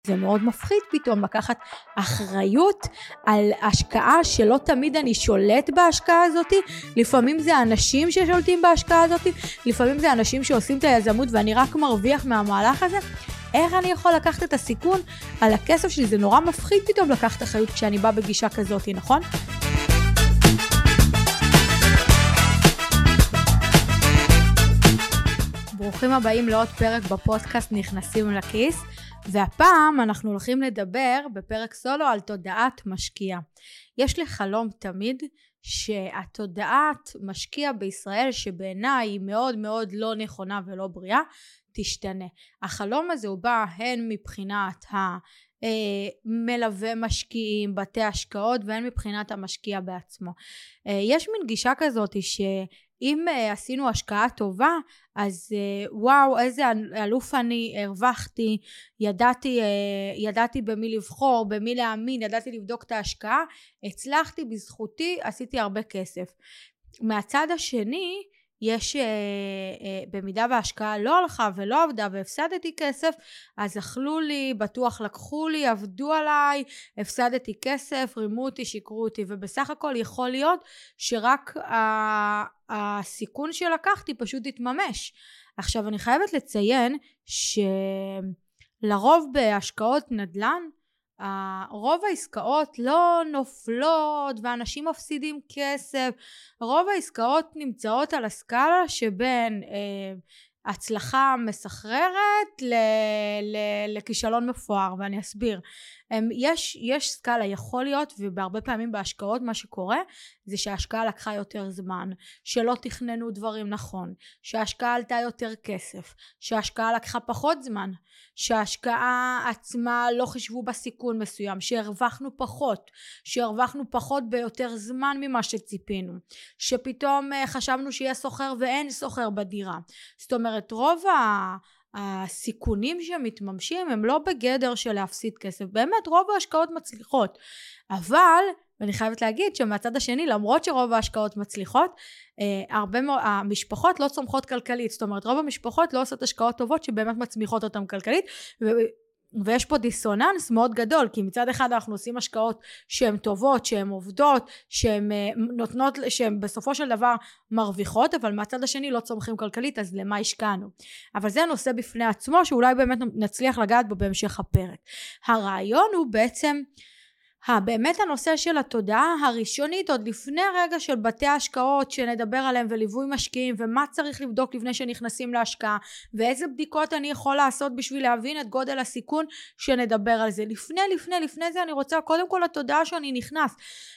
זה מאוד מפחיד פתאום לקחת אחריות על השקעה שלא תמיד אני שולט בהשקעה הזאת, לפעמים זה אנשים ששולטים בהשקעה הזאת, לפעמים זה אנשים שעושים את היזמות ואני רק מרוויח מהמהלך הזה. איך אני יכול לקחת את הסיכון על הכסף שלי? זה נורא מפחיד פתאום לקחת אחריות כשאני באה בגישה כזאת, נכון? ברוכים הבאים לעוד פרק בפודקאסט נכנסים לכיס, והפעם אנחנו הולכים לדבר בפרק סולו על תודעת משקיע. יש לי חלום תמיד שהתודעת משקיע בישראל, שבעיניי היא מאוד מאוד לא נכונה ולא בריאה, תשתנה. החלום הזה הוא בא הן מבחינת מלווה משקיעים, בתי השקעות, והן מבחינת המשקיע בעצמו. יש מין גישה כזאת שאם עשינו השקעה טובה, אז וואו, איזה אלוף אני, הרווחתי, ידעתי במי לבחור, במי להאמין, ידעתי לבדוק את ההשקעה, הצלחתי בזכותי, עשיתי הרבה כסף. מהצד השני, יש במידה וההשקעה לא הלכה ולא עבדה והפסדתי כסף, אז אכלו לי, בטוח לקחו לי, עבדו עליי, הפסדתי כסף, רימו אותי, שיקרו אותי, ובסך הכל יכול להיות שרק הסיכון שלקחתי פשוט יתממש. עכשיו אני חייבת לציין שלרוב בהשקעות נדל"ן, רוב העסקאות לא נופלות ואנשים מפסידים כסף. רוב העסקאות נמצאות על הסקאלה שבין הצלחה מסחררת לכישלון מפואר, ואני אסביר. יש סקאלה, יכול להיות, ובהרבה פעמים בהשקעות מה שקורה זה שההשקעה לקחה יותר זמן, שלא תכננו דברים נכון, שההשקעה עלתה יותר כסף, שההשקעה לקחה פחות זמן, שההשקעה עצמה לא חשבו בסיכון מסוים, שהרווחנו פחות ביותר זמן ממה שציפינו, שפתאום חשבנו שיהיה סוחר ואין סוחר בדירה. זאת אומרת, רוב הסיכונים שמתממשים הם לא בגדר של להפסיד כסף. באמת רוב ההשקעות מצליחות, אבל ואני חייבת להגיד שמהצד השני, למרות שרוב ההשקעות מצליחות, המשפחות לא צומחות כלכלית. זאת אומרת, רוב המשפחות לא עושות השקעות טובות שבאמת מצמיחות אותן כלכלית, ויש פה דיסוננס מאוד גדול, כי מצד אחד אנחנו עושים השקעות שהן טובות, שהן עובדות, שהן נותנות, שהן בסופו של דבר מרוויחות, אבל מהצד השני לא צומחים כלכלית, אז למה השקענו? אבל זה נושא בפני עצמו, שאולי באמת נצליח לגעת בו בהמשך הפרק. הרעיון הוא בעצם באמת הנושא של התודעה הראשונית, עוד לפני רגע של בתי ההשקעות שנדבר עליהם וליווי משקיעים, ומה צריך לבדוק לפני שנכנסים להשקעה, ואיזה בדיקות אני יכול לעשות בשביל להבין את גודל הסיכון שנדבר על זה. לפני זה אני רוצה קודם כל התודעה שאני נכנס.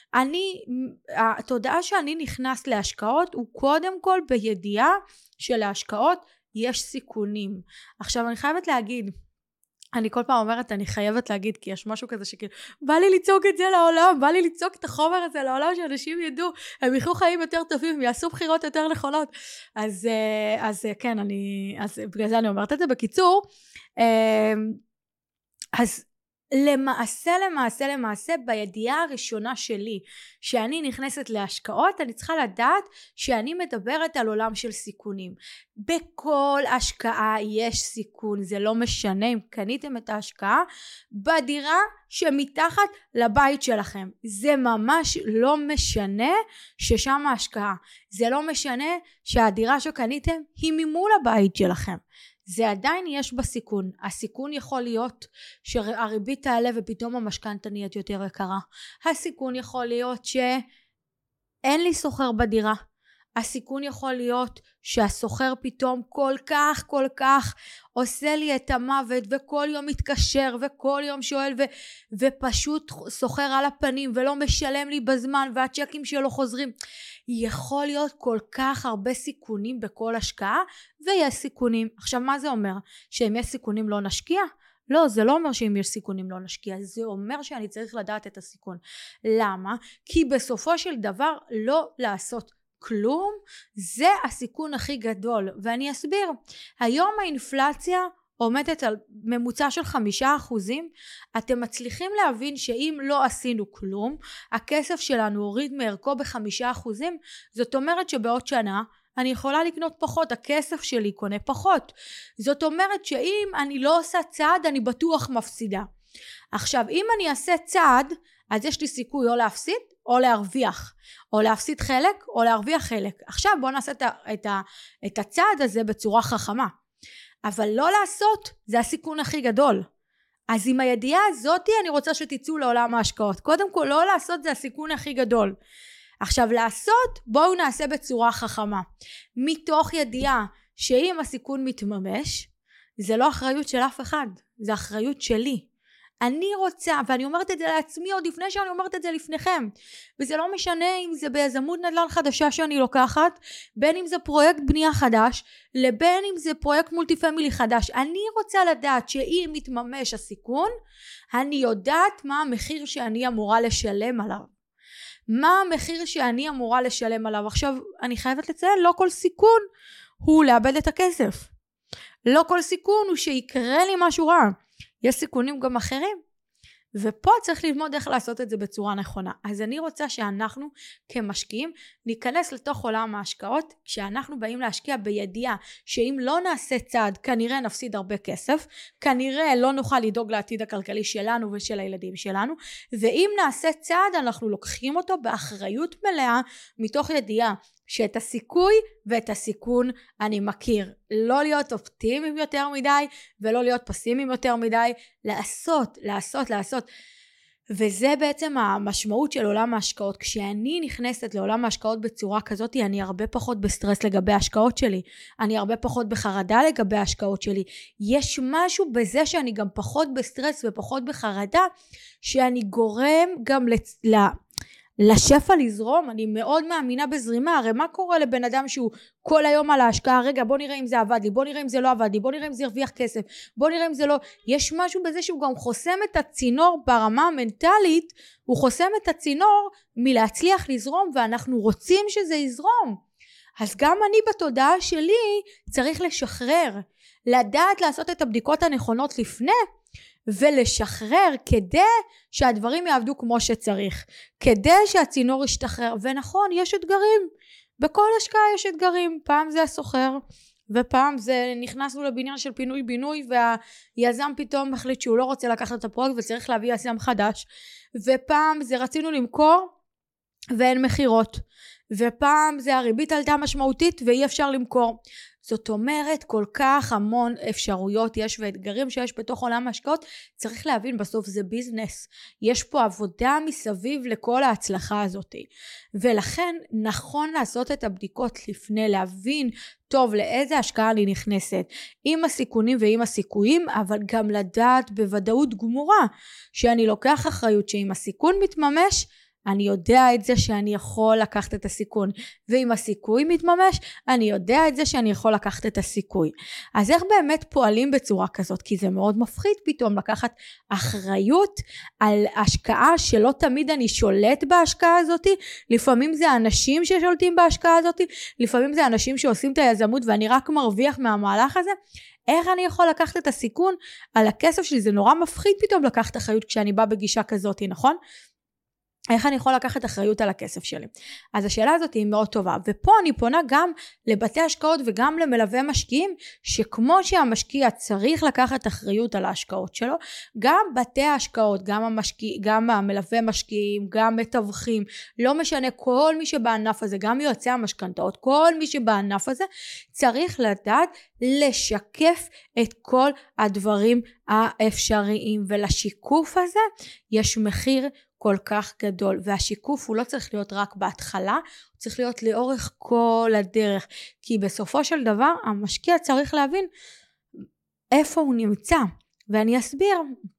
התודעה שאני נכנס להשקעות הוא קודם כל בידיעה של ההשקעות יש סיכונים. עכשיו אני חייבת להגיד, אני כל פעם אומרת, אני חייבת להגיד, כי יש משהו כזה שכאילו, בא לי לצעוק את זה לעולם, בא לי לצעוק את החומר הזה לעולם, שאנשים ידעו, הם יחיו חיים יותר טובים, יעשו בחירות יותר נכונות. אז כן, אז בגלל זה אני אומרת את זה. בקיצור, אז למעשה, בידיעה הראשונה שלי, שאני נכנסת להשקעות, אני צריכה לדעת שאני מדברת על עולם של סיכונים. בכל השקעה יש סיכון, זה לא משנה אם קניתם את ההשקעה בדירה שמתחת לבית שלכם. זה ממש לא משנה ששם ההשקעה. זה לא משנה שהדירה שקניתם היא ממול הבית שלכם. זה עדיין יש בסיכון. הסיכון יכול להיות שהריבית תעלה ופתאום המשכנתא נהיית יותר יקרה. הסיכון יכול להיות שאין לי סוחר בדירה. הסיכון יכול להיות שהסוחר פתאום כל כך עושה לי את המוות, וכל יום מתקשר וכל יום שואל ופשוט סוחר על הפנים ולא משלם לי בזמן, והצ'קים שלו חוזרים. יכול להיות כל כך הרבה סיכונים בכל השקעה, ויש סיכונים. עכשיו מה זה אומר? שאם יש סיכונים לא נשקיע? לא, זה לא אומר שאם יש סיכונים לא נשקיע, זה אומר שאני צריך לדעת את הסיכון. למה? כי בסופו של דבר לא לעשות כלום זה הסיכון הכי גדול, ואני אסביר. היום האינפלציה עומדת על ממוצע של 5%. אתם מצליחים להבין שאם לא עשינו כלום, הכסף שלנו הוריד מערכו ב5%. זאת אומרת שבעוד שנה אני יכולה לקנות פחות, הכסף שלי קונה פחות. זאת אומרת שאם אני לא עושה צעד, אני בטוח מפסידה. עכשיו אם אני אעשה צעד, אז יש לי סיכוי או להפסיד או להרוויח, או להפסיד חלק או להרוויח חלק. עכשיו בוא נעשה את הצעד הזה בצורה חכמה, אבל לא לעשות זה הסיכון הכי גדול. אז עם הידיעה הזאת אני רוצה שתצאו לעולם ההשקעות. קודם כל לא לעשות זה הסיכון הכי גדול. עכשיו לעשות, בואו נעשה בצורה חכמה, מתוך ידיעה שאם הסיכון מתממש, זה לא אחריות של אף אחד, זה אחריות שלי. אני רוצה, ואני אומרת את זה לעצמי עוד לפני שאני אומרת את זה לפניכם, וזה לא משנה אם זה ביזמות נדל"ן חדשה שאני לוקחת, בין אם זה פרויקט בנייה חדש, לבין אם זה פרויקט מולטי פמילי חדש. אני רוצה לדעת שאם מתממש הסיכון, אני יודעת מה המחיר שאני אמורה לשלם עליו. מה המחיר שאני אמורה לשלם עליו. עכשיו אני חייבת לציין, לא כל סיכון הוא לאבד את הכסף, לא כל סיכון הוא שיקרה לי משהו רע, יש סיכונים גם אחרים, ופה צריך ללמוד איך לעשות את זה בצורה נכונה. אז אני רוצה שאנחנו כמשקיעים ניכנס לתוך עולם ההשקעות, כשאנחנו באים להשקיע בידיעה שאם לא נעשה צעד כנראה נפסיד הרבה כסף, כנראה לא נוכל לדאוג לעתיד הכלכלי שלנו ושל הילדים שלנו, ואם נעשה צעד אנחנו לוקחים אותו באחריות מלאה, מתוך ידיעה שאת הסיכוי ואת הסיכון אני מכיר. לא להיות אופטימיים יותר מדי ולא להיות פסימיים יותר מדי, לעשות. וזה בעצם המשמעות של עולם ההשקעות. כשאני נכנסת לעולם ההשקעות בצורה כזאת, אני הרבה פחות בסטרס לגבי ההשקעות שלי, אני הרבה פחות בחרדה לגבי ההשקעות שלי. יש משהו בזה שאני גם פחות בסטרס ופחות בחרדה, שאני גורם גם לשפע לזרום. אני מאוד מאמינה בזרימה. הרי מה קורה לבן אדם שהוא כל היום על ההשקעה? רגע, בוא נראה אם זה עבד לי, בוא נראה אם זה לא עבד לי, בוא נראה אם זה הרוויח כסף, בוא נראה אם זה לא. יש משהו בזה שהוא גם חוסם את הצינור ברמה המנטלית, הוא חוסם את הצינור מלהצליח לזרום, ואנחנו רוצים שזה יזרום. אז גם אני בתודעה שלי צריך לשחרר, לדעת לעשות את הבדיקות הנכונות לפני, ולשחרר כדי שהדברים יעבדו כמו שצריך, כדי שהצינור ישתחרר. ונכון, יש אתגרים, בכל השקעה יש אתגרים, פעם זה הסוחר, ופעם זה נכנסנו לבניין של פינוי בינוי, והיזם פתאום מחליט שהוא לא רוצה לקחת את הפרויקט וצריך להביא יזם חדש, ופעם זה רצינו למכור ואין מחירות, ופעם זה הריבית עלתה משמעותית ואי אפשר למכור. זאת אומרת, כל כך המון אפשרויות יש ואתגרים שיש בתוך עולם ההשקעות. צריך להבין, בסוף זה ביזנס, יש פה עבודה מסביב לכל ההצלחה הזאת, ולכן נכון לעשות את הבדיקות לפני, להבין טוב לאיזה השקעה אני נכנסת, עם הסיכונים ועם הסיכויים, אבל גם לדעת בוודאות גמורה שאני לוקח אחריות שאם הסיכון מתממש, אני יודע את זה שאני יכול לקחת את הסיכון, ואם הסיכוי מתממש, אני יודע את זה שאני יכול לקחת את הסיכוי. אז איך באמת פועלים בצורה כזאת? כי זה מאוד מפחיד פתאום לקחת אחריות על השקעה שלא תמיד אני שולט בהשקעה הזאת, לפעמים זה אנשים ששולטים בהשקעה הזאת, לפעמים זה אנשים שעושים את היזמות ואני רק מרוויח מהמהלך הזה. איך אני יכול לקחת את הסיכון על הכסף שלי? זה נורא מפחיד פתאום לקחת אחריות כשאני בא בגישה כזאת, נכון? איך אני יכול לקחת אחריות על הכסף שלי? אז השאלה הזאת היא מאוד טובה, ופה אני פונה גם לבתי השקעות וגם למלווה משקיעים, שכמו שהמשקיע צריך לקחת אחריות על ההשקעות שלו, גם בתי ההשקעות, גם המלווה משקיעים, גם מתווכים, לא משנה, כל מי שבענף הזה, גם יועצי המשכנתאות, כל מי שבענף הזה, צריך לדעת לשקף את כל הדברים האפשריים, ולשיקוף הזה יש מחיר כל כך גדול, והשיקוף הוא לא צריך להיות רק בהתחלה, הוא צריך להיות לאורך כל הדרך, כי בסופו של דבר המשקיע צריך להבין איפה הוא נמצא, ואני אסביר.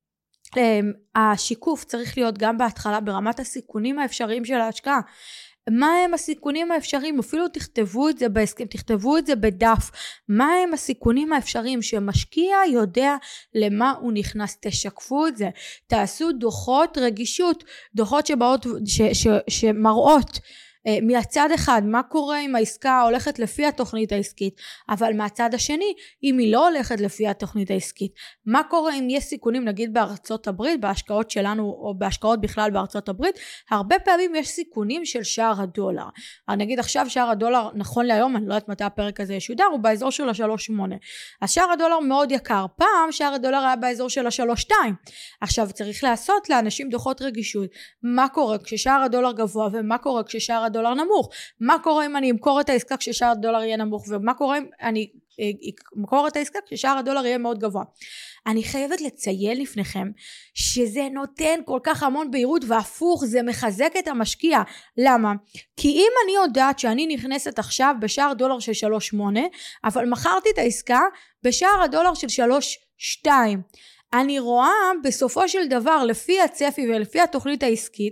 השיקוף צריך להיות גם בהתחלה ברמת הסיכונים האפשריים של ההשקעה. מה הם הסיכונים האפשריים? אפילו תכתבו את זה בהסכם, תכתבו את זה בדף. מה הם הסיכונים האפשריים שמשקיע יודע למה הוא נכנס? תשקפו את זה. תעשו דוחות רגישות, דוחות שמראות מהצד אחד מה קורה אם העסקה הולכת לפי התוכנית העסקית, אבל מהצד השני אם היא לא הולכת לפי התוכנית העסקית, מה קורה אם יש סיכונים, נגיד בארצות הברית, בהשקעות שלנו או בהשקעות בכלל בארצות הברית, הרבה פעמים יש סיכונים של שער הדולר. נגיד עכשיו שער הדולר נכון להיום, אני לא יודעת מתי הפרק הזה ישודר, הוא באזור של 3.8, אז שער הדולר מאוד יקר, פעם שער הדולר היה באזור של 3.2, עכשיו צריך לעשות לאנשים דוחות רגישות, מה קורה כששער הדולר גבוה ומה קורה כששער הדולר נמוך, מה קורה אם אני אמכור את העסקה כששער הדולר יהיה נמוך, ומה קורה אם אני אמכור את העסקה כששער הדולר יהיה מאוד גבוה. אני חייבת לציין לפניכם שזה נותן כל כך המון בהירות, והפוך זה מחזק את המשקיע. למה? כי אם אני יודעת שאני נכנסת עכשיו בשער דולר של 3.8, אבל מכרתי את העסקה בשער הדולר של 3.2, אני רואה בסופו של דבר לפי הצפי ולפי התוכנית העסקית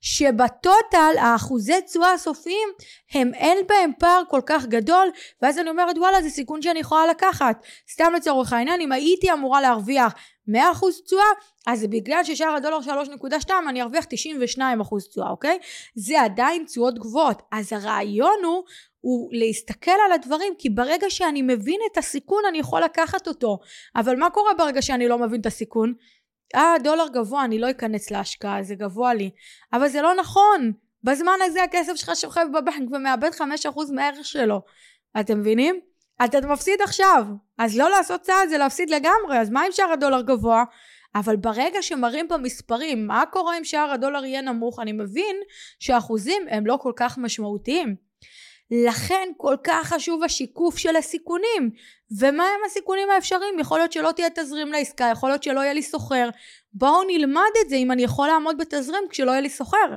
שבטוטל האחוזי תשואה הסופיים הם אין בהם פער כל כך גדול, ואז אני אומרת וואלה זה סיכון שאני יכולה לקחת. סתם לצורך העניין, אם הייתי אמורה להרוויח 100% תשואה, אז בגלל ששער הדולר 3.2 אני ארוויח 92% תשואה, אוקיי? זה עדיין תשואות גבוהות. אז הרעיון הוא להסתכל על הדברים, כי ברגע שאני מבין את הסיכון אני יכול לקחת אותו. אבל מה קורה ברגע שאני לא מבין את הסיכון? דולר גבוה, אני לא אכנס להשקעה, זה גבוה לי. אבל זה לא נכון. בזמן הזה הכסף שלך שוכב בבנק ומאבד 5% מהערך שלו. אתם מבינים? אתה מפסיד עכשיו. אז לא לעשות צעד זה להפסיד לגמרי. אז מה אם שער הדולר גבוה? אבל ברגע שמראים במספרים מה קורה אם שער הדולר יהיה נמוך, אני מבין שהאחוזים הם לא כל כך משמעותיים. לכן כל כך חשוב השיקוף של הסיכונים. ומה הם הסיכונים האפשריים? יכול להיות שלא תהיה תזרים לעסקה, יכול להיות שלא יהיה לי סוחר. בואו נלמד את זה אם אני יכול לעמוד בתזרים כשלא יהיה לי סוחר.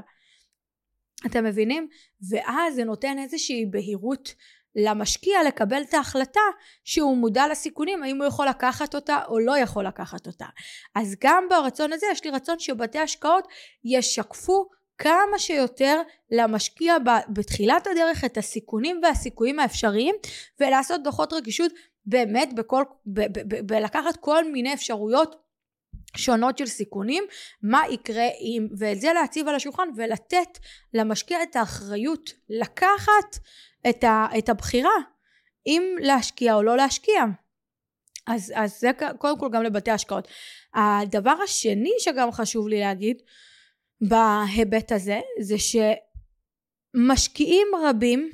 אתם מבינים? ואז זה נותן איזושהי בהירות למשקיע לקבל את ההחלטה שהוא מודע לסיכונים, האם הוא יכול לקחת אותה או לא יכול לקחת אותה. אז גם ברצון הזה יש לי רצון שבתי השקעות ישקפו כמה שיותר למשקיע בתחילת הדרך את הסיכונים והסיכויים האפשריים, ולעשות דוחות רגישות באמת בלקחת כל מיני אפשרויות שונות של סיכונים, מה יקרה אם, ואת זה להציב על השולחן ולתת למשקיע את האחריות לקחת את הבחירה אם להשקיע או לא להשקיע. אז זה קודם כל גם לבתי השקעות. הדבר השני שגם חשוב לי להגיד בהיבט הזה, זה שמשקיעים רבים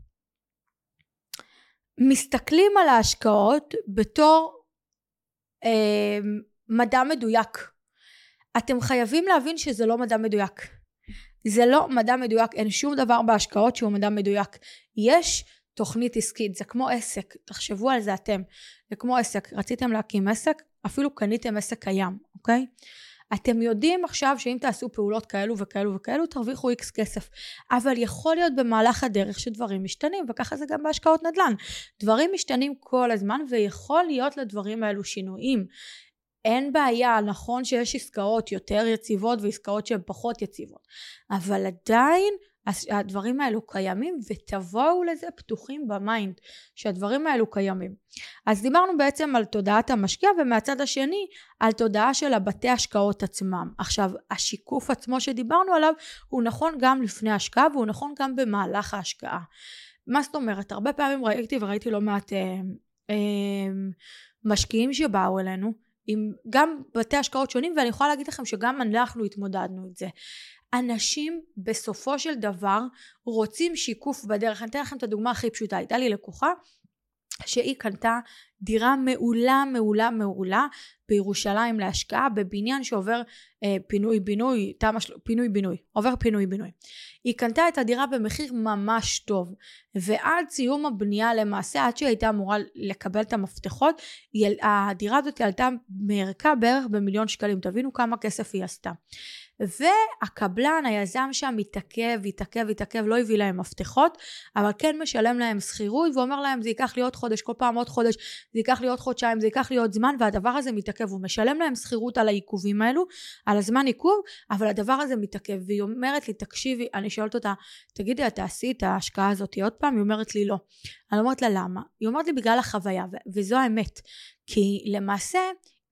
מסתכלים על ההשקעות בתור מדע מדויק. אתם חייבים להבין שזה לא מדע מדויק. זה לא מדע מדויק, אין שום דבר בהשקעות שהוא מדע מדויק. יש תוכנית עסקית, זה כמו עסק, תחשבו על זה אתם. זה כמו עסק, רציתם להקים עסק, אפילו קניתם עסק קיים, אוקיי? אתם יודעים עכשיו שאם תעשו פעולות כאלו וכאלו וכאלו תרוויחו X כסף, אבל יכול להיות במהלך הדרך שדברים משתנים, וככה זה גם בהשקעות נדל"ן. דברים משתנים כל הזמן ויכול להיות לדברים האלו שינויים. אין בעיה, נכון שיש עסקאות יותר יציבות ועסקאות שהן פחות יציבות, אבל עדיין הדברים האלו קיימים, ותבואו לזה פתוחים במיינד שהדברים האלו קיימים. אז דיברנו בעצם על תודעת המשקיע, ומהצד השני על תודעה של הבתי השקעות עצמם. עכשיו השיקוף עצמו שדיברנו עליו הוא נכון גם לפני השקעה, והוא נכון גם במהלך ההשקעה. מה זאת אומרת? הרבה פעמים ראיתי לא מעט משקיעים שבאו אלינו עם גם בתי השקעות שונים, ואני יכולה להגיד לכם שגם אנחנו התמודדנו את זה. אנשים בסופו של דבר רוצים שיקוף בדרך. אני אתן לכם את הדוגמה הכי פשוטה. הייתה לי לקוחה שהיא קנתה דירה מעולה בירושלים להשקעה, בבניין שעובר פינוי-בינוי, עובר פינוי-בינוי. היא קנתה את הדירה במחיר ממש טוב, ועד סיום הבנייה למעשה, עד שהיא הייתה אמורה לקבל את המפתחות, הדירה הזאת עלתה מערכה בערך ב1,000,000 שקלים. תבינו כמה כסף היא עשתה. והקבלן, היזם שם התעכב, לא הביא להם מפתחות, אבל כן משלם להם שכירות, ואומר להם זה ייקח לי עוד חודש, כל פעם עוד חודש, זה ייקח לי עוד חודשיים, זה ייקח לי עוד זמן, והדבר הזה מתעכב. הוא משלם להם שכירות על העיכובים האלו, על הזמן עיכוב, אבל הדבר הזה מתעכב. והיא אומרת לי, תקשיבי, אני שואלת אותה, תגידי, את תעשי את ההשקעה הזאת עוד פעם? היא אומרת לי לא. אני אומרת לה למה? היא אומרת לי בגלל החוויה, וזו האמת. כי למעשה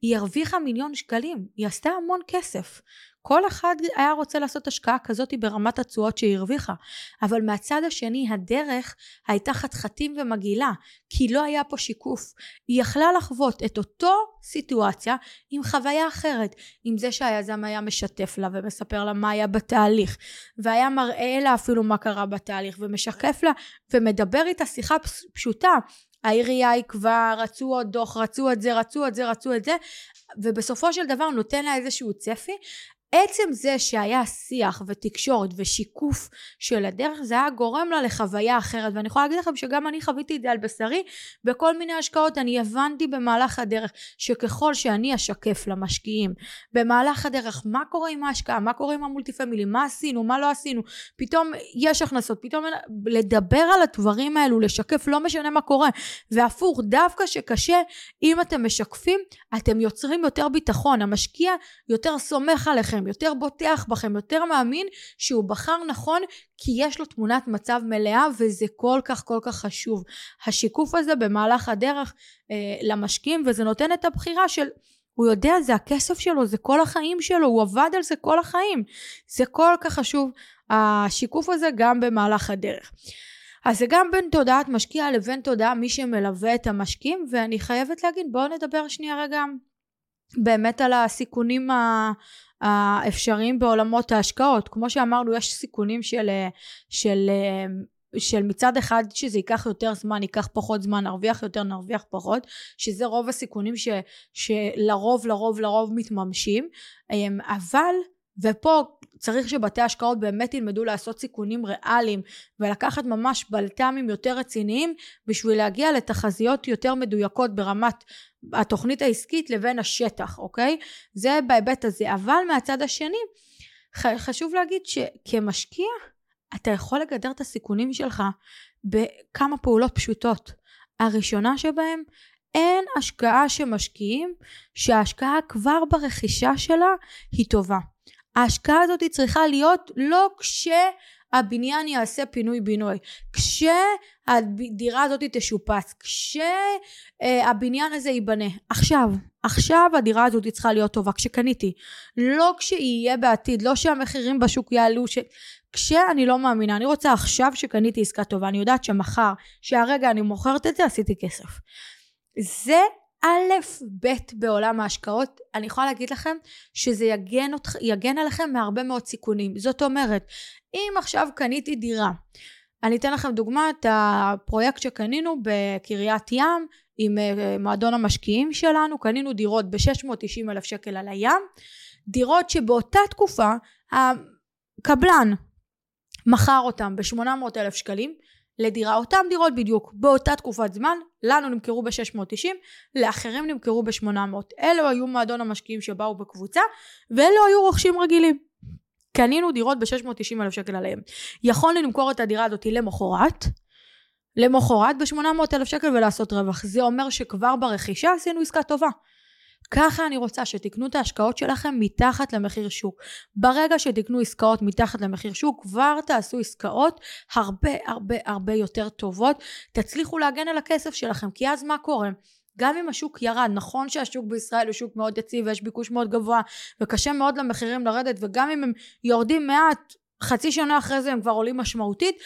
היא הרוויחה 1,000,000 שקלים, היא עשתה המון כסף. כל אחד היה רוצה לעשות השקעה כזאת ברמת התשואות שהיא הרוויחה, אבל מהצד השני הדרך הייתה חתחתים ומגעילה, כי לא היה פה שיקוף. היא יכלה לחוות את אותו סיטואציה עם חוויה אחרת, עם זה שהיזם היה משתף לה ומספר לה מה היה בתהליך, והיה מראה לה אפילו מה קרה בתהליך, ומשקף לה ומדבר איתה שיחה פשוטה. העירייה היא כבר, רצו עוד דוח, רצו את זה, ובסופו של דבר נותן לה איזשהו צפי. עצם זה שהיה שיח ותקשורת ושיקוף של הדרך, זה היה גורם לה לחוויה אחרת, ואני יכולה להגיד לכם שגם אני חוויתי את זה על בשרי, בכל מיני השקעות. אני הבנתי במהלך הדרך שככל שאני אשקף למשקיעים במהלך הדרך מה קורה עם ההשקעה, מה קורה עם המולטי פמילי, מה עשינו, מה לא עשינו, פתאום יש הכנסות, פתאום לדבר על הדברים האלו, לשקף, לא משנה מה קורה, והפוך, דווקא שקשה, אם אתם משקפים, אתם יוצרים יותר ביטחון, המשקיע יותר סומך עליכם, יותר בוטח בכם, יותר מאמין שהוא בחר נכון, כי יש לו תמונת מצב מלאה, וזה כל כך חשוב. השיקוף הזה במהלך הדרך למשקיעים, וזה נותן את הבחירה של, הוא יודע, זה הכסף שלו, זה כל החיים שלו, הוא עבד על זה כל החיים. זה כל כך חשוב, השיקוף הזה גם במהלך הדרך. אז זה גם בין תודעת משקיע לבין תודעה מי שמלווה את המשקיעים, ואני חייבת להגיד, בואו נדבר שנייה רגע באמת על הסיכונים האפשריים בעולמות ההשקעות. כמו שאמרנו, יש סיכונים של מצד אחד שזה ייקח יותר זמן, ייקח פחות זמן, נרוויח יותר, נרוויח פחות, שזה רוב הסיכונים שלרוב מתממשים, אבל ופה צריך שבתי השקעות באמת ילמדו לעשות סיכונים ריאליים, ולקחת ממש בלטמים יותר רציניים, בשביל להגיע לתחזיות יותר מדויקות ברמת התוכנית העסקית לבין השטח, אוקיי? זה בהיבט הזה. אבל מהצד השני, חשוב להגיד שכמשקיע, אתה יכול לגדר את הסיכונים שלך בכמה פעולות פשוטות. הראשונה שבהם, אין השקעה שמשקיעים, שההשקעה כבר ברכישה שלה היא טובה. ההשקעה הזאת היא צריכה להיות לא כשהבניין יעשה פינוי בינוי, כשהדירה הזאת תשופץ, כשהבניין הזה ייבנה. עכשיו הדירה הזאת צריכה להיות טובה, כשקניתי, לא כשיהיה בעתיד, לא שהמחירים בשוק יעלו, כשאני לא מאמינה, אני רוצה עכשיו שקניתי עסקה טובה, אני יודעת שמחר, שהרגע אני מוכרת את זה, עשיתי כסף. זה א' ב' בעולם ההשקעות. אני יכולה להגיד לכם שזה יגן עליכם מהרבה מאוד סיכונים. זאת אומרת, אם עכשיו קניתי דירה, אני אתן לכם דוגמה, את הפרויקט שקנינו בקריית ים, עם מועדון המשקיעים שלנו, קנינו דירות ב-690,000 שקל על הים, דירות שבאותה תקופה, הקבלן מכר אותם ב-800,000 שקלים, לדירה, אותם דירות בדיוק, באותה תקופת זמן, לנו נמכרו ב-690, לאחרים נמכרו ב-800. אלו היו מועדון המשקיעים שבאו בקבוצה, ואלו היו רוכשים רגילים. קנינו דירות ב-690,000 שקל עליהם. יכולנו למכור את הדירה הזאת למחרת ב-800,000 שקל ולעשות רווח. זה אומר שכבר ברכישה עשינו עסקה טובה. ככה אני רוצה שתקנו את ההשקעות שלכם מתחת למחיר שוק. ברגע שתקנו עסקאות מתחת למחיר שוק, כבר תעשו עסקאות הרבה יותר טובות. תצליחו להגן על הכסף שלכם, כי אז מה קורה? גם אם השוק ירד, נכון שהשוק בישראל הוא שוק מאוד יציב ויש ביקוש מאוד גבוה וקשה מאוד למחירים לרדת, וגם אם הם יורדים מעט, חצי שנה אחרי זה הם כבר עולים משמעותית,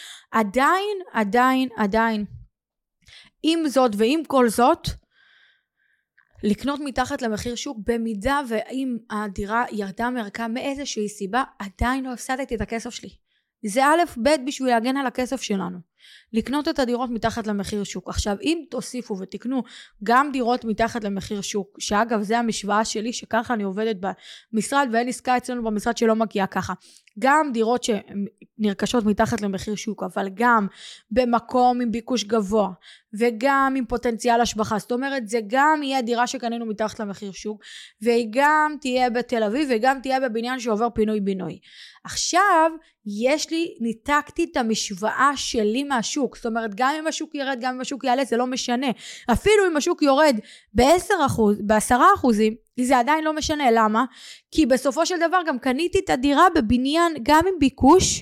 עדיין עם זאת ועם כל זאת, לקנות מתחת למחיר שוק, במידה ואם הדירה ירדה מערכה מאיזושהי סיבה, עדיין לא הפסדתי את הכסף שלי. זה א' ב' בשביל להגן על הכסף שלנו. לקנות את הדירות מתחת למחיר שוק. עכשיו, אם תוסיפו ותקנו גם דירות מתחת למחיר שוק, שאגב, זה המשוואה שלי, שככה אני עובדת במשרד, ואין עסקה אצלנו במשרד שלא מגיעה ככה. גם דירות שנרכשות מתחת למחיר שוק, אבל גם במקום עם ביקוש גבוה, וגם עם פוטנציאל השבחה. זאת אומרת, זה גם יהיה דירה שקנינו מתחת למחיר שוק, והיא גם תהיה בתל אביב, וגם תהיה בבניין שעובר פינוי בינוי. עכשיו, ניתקתי את המשוואה שלי מהשוק. זאת אומרת, גם אם השוק ירד, גם אם השוק יעלה, זה לא משנה. אפילו אם השוק יורד ב10%, זה עדיין לא משנה. למה? כי בסופו של דבר גם קניתי את הדירה בבניין גם עם ביקוש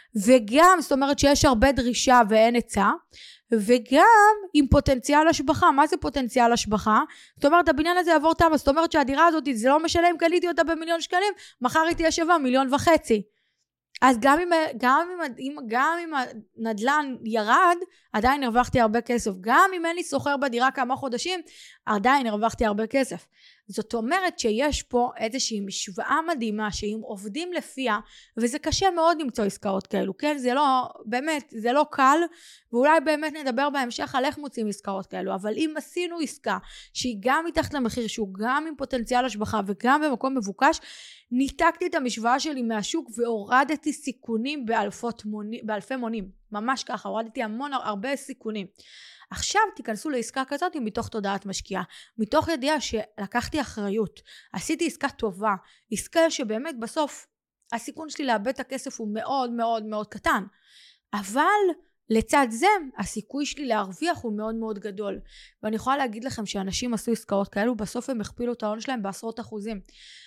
וגם, זאת אומרת שיש הרבה דרישה ואין היצע, וגם עם פוטנציאל השבחה. מה זה פוטנציאל השבחה? זאת אומרת, הבניין הזה יעבור תמ"א, זאת אומרת שהדירה הזאת, זה לא משנה אם קניתי אותה ב1,000,000 שקלים, מחר היא תהיה שווה 1,500,000. אז גם אם הנדלן ירד, עדיין הרווחתי הרבה כסף. גם אם אין לי סוחר בדירה כמה חודשים, עדיין הרווחתי הרבה כסף. זאת אומרת שיש פה איזושהי משוואה מדהימה שאם עובדים לפיה, וזה קשה מאוד למצוא עסקאות כאלו, כן? זה לא, באמת, זה לא קל, ואולי באמת נדבר בהמשך על איך מוצאים עסקאות כאלו, אבל אם עשינו עסקה שהיא גם מתחת למחיר, שהוא גם עם פוטנציאל השבחה וגם במקום מבוקש, ניתקתי את המשוואה שלי מהשוק והורדתי סיכונים באלפי מונים, ממש ככה, הורדתי הרבה סיכונים. עכשיו תיכנסו לעסקה כזאת מתוך תודעת משקיעה, מתוך ידיעה שלקחתי אחריות, עשיתי עסקה טובה, עסקה שבאמת בסוף הסיכון שלי לאבד את הכסף הוא מאוד מאוד מאוד קטן, אבל לצד זה הסיכוי שלי להרוויח הוא מאוד מאוד גדול, ואני יכולה להגיד לכם שאנשים עשו עסקאות כאלו, בסוף הם הכפילו את ההון שלהם בעשרות אחוזים,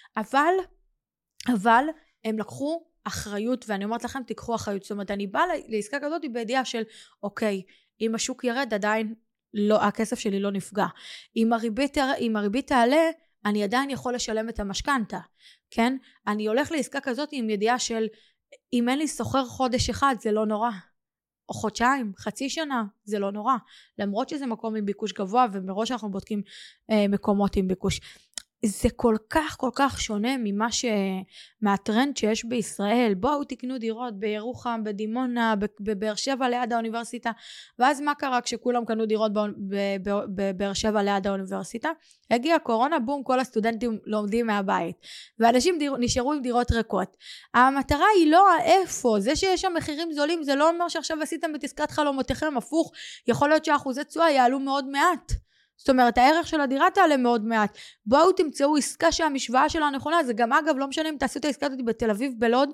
אבל הם לקחו אחריות, ואני אומרת לכם תיקחו אחריות. זאת אומרת, אני באה לעסקה כזאת בידיעה של אוקיי, אם השוק ירד עדיין לא, הכסף שלי לא נפגע, אם הריבית תעלה אני עדיין יכול לשלם את המשכנתה, כן? אני הולך לעסקה כזאת עם ידיעה של אם אין לי סוחר חודש אחד זה לא נורא, או חודשיים, חצי שנה, זה לא נורא, למרות שזה מקום עם ביקוש גבוה, ומראש אנחנו בודקים מקומות עם ביקוש. זה כל כך שונה מהטרנד שיש בישראל. בואו תקנו דירות בירוחם, בדימונה, בבאר שבע ליד האוניברסיטה. ואז מה קרה כשכולם קנו דירות בבאר שבע ליד האוניברסיטה? הגיעה קורונה, בום, כל הסטודנטים לומדים מהבית. ואנשים נשארו עם דירות ריקות. המטרה היא לא איפה, זה שיש שם מחירים זולים, זה לא אומר שעכשיו עשיתם את עסקת חלומותיכם, הפוך, יכול להיות שאחוזי תשואה יעלו מאוד מעט. זאת אומרת, הערך של הדירה תעלה מאוד מעט. בואו תמצאו עסקה שהמשוואה שלה נכונה. זה גם אגב לא משנה אם תעשו את העסקה הזאת בתל אביב, בלוד,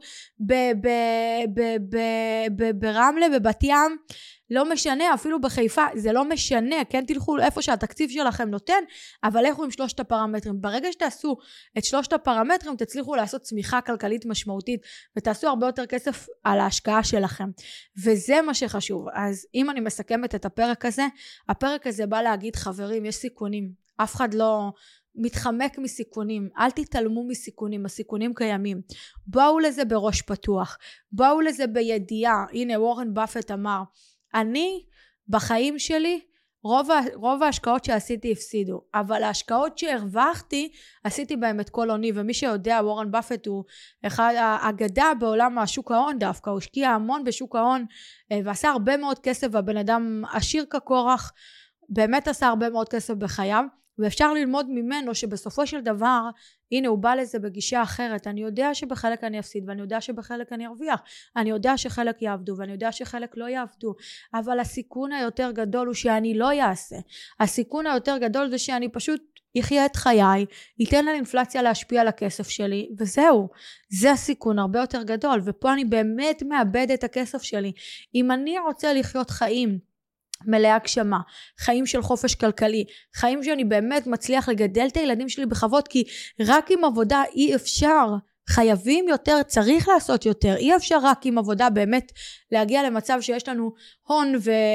ברמלה, בבת ים, לא משנה, אפילו בחיפה, זה לא משנה, כן תלכו איפה שהתקציב שלכם נותן, אבל לכו עם 3 הפרמטרים. ברגע שתעשו את 3 הפרמטרים, תצליחו לעשות צמיחה כלכלית משמעותית, ותעשו הרבה יותר כסף על ההשקעה שלכם. וזה מה שחשוב. אז אם אני מסכמת את הפרק הזה בא להגיד, חברים, יש סיכונים. אף אחד לא מתחמק מסיכונים, אל תתעלמו מסיכונים, הסיכונים קיימים. בואו לזה בראש פתוח, בואו לזה בידיעה. הנה, וורן באפט אמר, אני בחיים שלי רוב ההשקעות שעשיתי הפסידו, אבל ההשקעות שהרווחתי עשיתי בהם את כל הוני. ומי שיודע, וורן באפט הוא אחד האגדה בעולם השוק ההון, דווקא הוא השקיע המון בשוק ההון ועשה הרבה מאוד כסף, והבן אדם עשיר כקורח, באמת עשה הרבה מאוד כסף בחייו, ואפשר ללמוד ממנו שבסופו של דבר, הנה הוא בא לזה בגישה אחרת. אני יודע שבחלק אני אפסיד, ואני יודע שבחלק אני ארוויח, אני יודע שחלק יעבדו, ואני יודע שחלק לא יעבדו, אבל הסיכון היותר גדול הוא שאני לא יעשה. הסיכון היותר גדול זה שאני פשוט יחיה את חיי, ייתן לאינפלציה להשפיע על הכסף שלי, וזהו. זה הסיכון הרבה יותר גדול, ופה אני באמת מאבד את הכסף שלי. אם אני רוצה לחיות חיים מלאה הגשמה, חיים של חופש כלכלי, חיים שאני באמת מצליח לגדל את הילדים שלי בכבוד, כי רק עם עבודה אי אפשר, חייבים יותר, צריך לעשות יותר, אי אפשר רק עם עבודה באמת להגיע למצב שיש לנו הון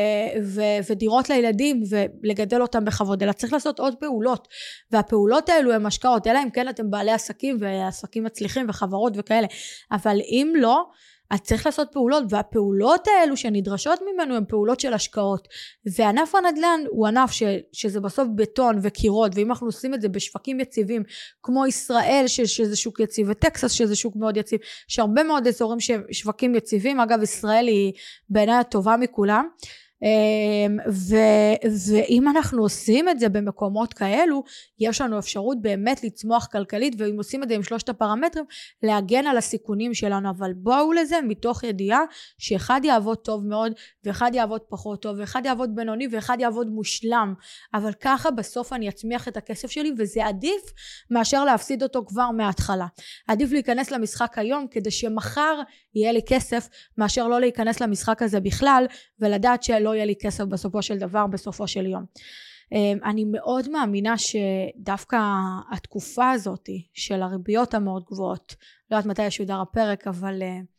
ודירות לילדים ולגדל אותם בכבוד, אלא צריך לעשות עוד פעולות, והפעולות האלו הן השקעות, אלא אם כן אתם בעלי עסקים ועסקים מצליחים וחברות וכאלה, אבל אם לא, אז צריך לעשות פעולות, והפעולות האלו שנדרשות ממנו הן פעולות של השקעות. וענף הנדל"ן הוא ענף שזה בסוף בטון וקירות, ואם אנחנו עושים את זה בשווקים יציבים, כמו ישראל שזה שוק יציב, וטקסס שזה שוק מאוד יציב, יש הרבה מאוד אזורים שווקים יציבים, אגב ישראל היא בעיניי הטובה מכולם, ואם אנחנו עושים את זה במקומות כאלו, יש לנו אפשרות באמת לצמוח כלכלית, ואם עושים את זה עם 3 הפרמטרים, להגן על הסיכונים שלנו. אבל בואו לזה מתוך ידיעה שאחד יעבוד טוב מאוד, ואחד יעבוד פחות טוב, ואחד יעבוד בינוני, ואחד יעבוד מושלם, אבל ככה בסוף אני אצמיח את הכסף שלי, וזה עדיף מאשר להפסיד אותו כבר מההתחלה. עדיף להיכנס למשחק היום, כדי שמחר יהיה לי כסף, מאשר לא להיכנס למשחק הזה בכלל, ולדעת שלא יהיה לי כסף בסופו של דבר, בסופו של יום. אני מאוד מאמינה שדווקא התקופה הזאת של הריביות המאוד גבוהות, לא יודעת מתי ישודר הפרק, אבל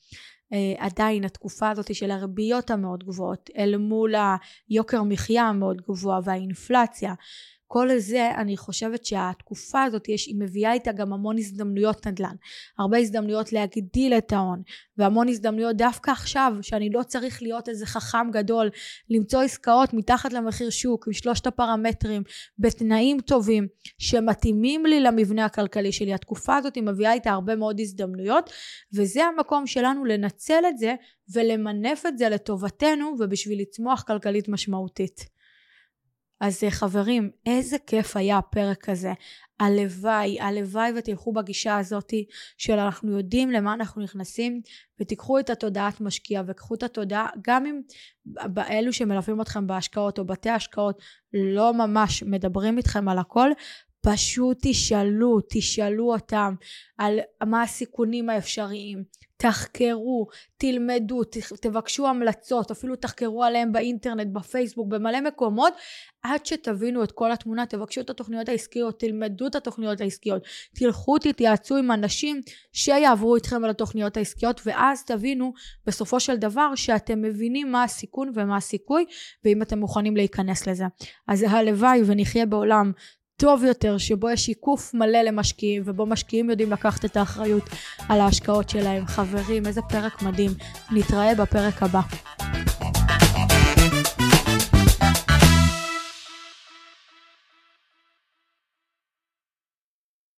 עדיין התקופה הזאת של הריביות המאוד גבוהות, אל מול היוקר מחיה המאוד גבוה והאינפלציה, כל זה אני חושבת שהתקופה הזאת היא מביאה איתה גם המון הזדמנויות נדל"ן, הרבה הזדמנויות להגדיל את ההון, והמון הזדמנויות דווקא עכשיו, שאני לא צריך להיות איזה חכם גדול, למצוא עסקאות מתחת למחיר שוק, עם 3 הפרמטרים, בתנאים טובים, שמתאימים לי למבנה הכלכלי שלי. התקופה הזאת היא מביאה איתה הרבה מאוד הזדמנויות, וזה המקום שלנו לנצל את זה, ולמנף את זה לטובתנו, ובשביל לצמוח כלכלית משמעותית. אז חברים, איזה כיף היה הפרק הזה. הלוואי ותלכו בגישה הזאת של אנחנו יודעים למה אנחנו נכנסים, ותיקחו את התודעת משקיע וקחו את התודעה, גם אם באלו שמלווים אתכם בהשקעות או בתי השקעות לא ממש מדברים איתכם על הכל, פשוט תשאלו אותם על מה הסיכונים האפשריים, תחקרו, תלמדו, תבקשו המלצות, אפילו תחקרו עליהם באינטרנט, בפייסבוק, במלא מקומות, עד שתבינו את כל התמונה. תבקשו את התוכניות העסקיות, תלמדו את התוכניות העסקיות, תלכו תתייעצו עם אנשים שיעברו איתכם על התוכניות העסקיות, ואז תבינו בסופו של דבר שאתם מבינים מה הסיכון ומה הסיכוי, ואם אתם מוכנים להיכנס לזה. אז הלוואי ונחיה בעולם טוב יותר, שבו יש שיקוף מלא למשקיעים, ובו משקיעים יודעים לקחת את האחריות על ההשקעות שלהם. חברים, איזה פרק מדהים. נתראה בפרק הבא.